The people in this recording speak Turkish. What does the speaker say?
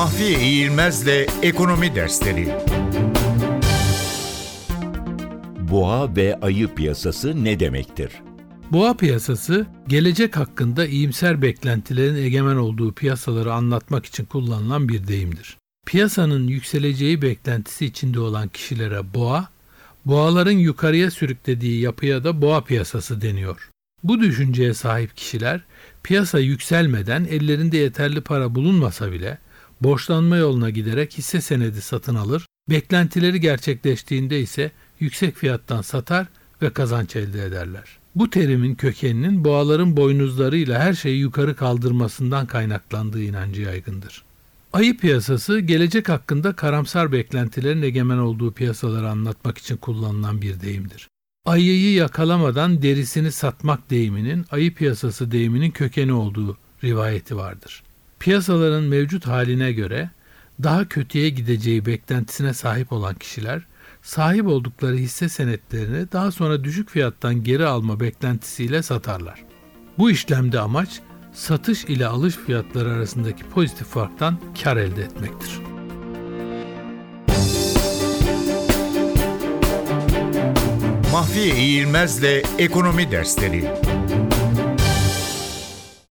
Mahfiye İğilmez'le Ekonomi Dersleri. Boğa ve ayı piyasası ne demektir? Boğa piyasası, gelecek hakkında iyimser beklentilerin egemen olduğu piyasaları anlatmak için kullanılan bir deyimdir. Piyasanın yükseleceği beklentisi içinde olan kişilere boğa, boğaların yukarıya sürüklediği yapıya da boğa piyasası deniyor. Bu düşünceye sahip kişiler, piyasa yükselmeden ellerinde yeterli para bulunmasa bile borçlanma yoluna giderek hisse senedi satın alır, beklentileri gerçekleştiğinde ise yüksek fiyattan satar ve kazanç elde ederler. Bu terimin kökeninin boğaların boynuzlarıyla her şeyi yukarı kaldırmasından kaynaklandığı inancı yaygındır. Ayı piyasası, gelecek hakkında karamsar beklentilerin egemen olduğu piyasaları anlatmak için kullanılan bir deyimdir. Ayıyı yakalamadan derisini satmak deyiminin ayı piyasası deyiminin kökeni olduğu rivayeti vardır. Piyasaların mevcut haline göre daha kötüye gideceği beklentisine sahip olan kişiler, sahip oldukları hisse senetlerini daha sonra düşük fiyattan geri alma beklentisiyle satarlar. Bu işlemde amaç, satış ile alış fiyatları arasındaki pozitif farktan kar elde etmektir. Mahfiye İğilmez'le Ekonomi Dersleri.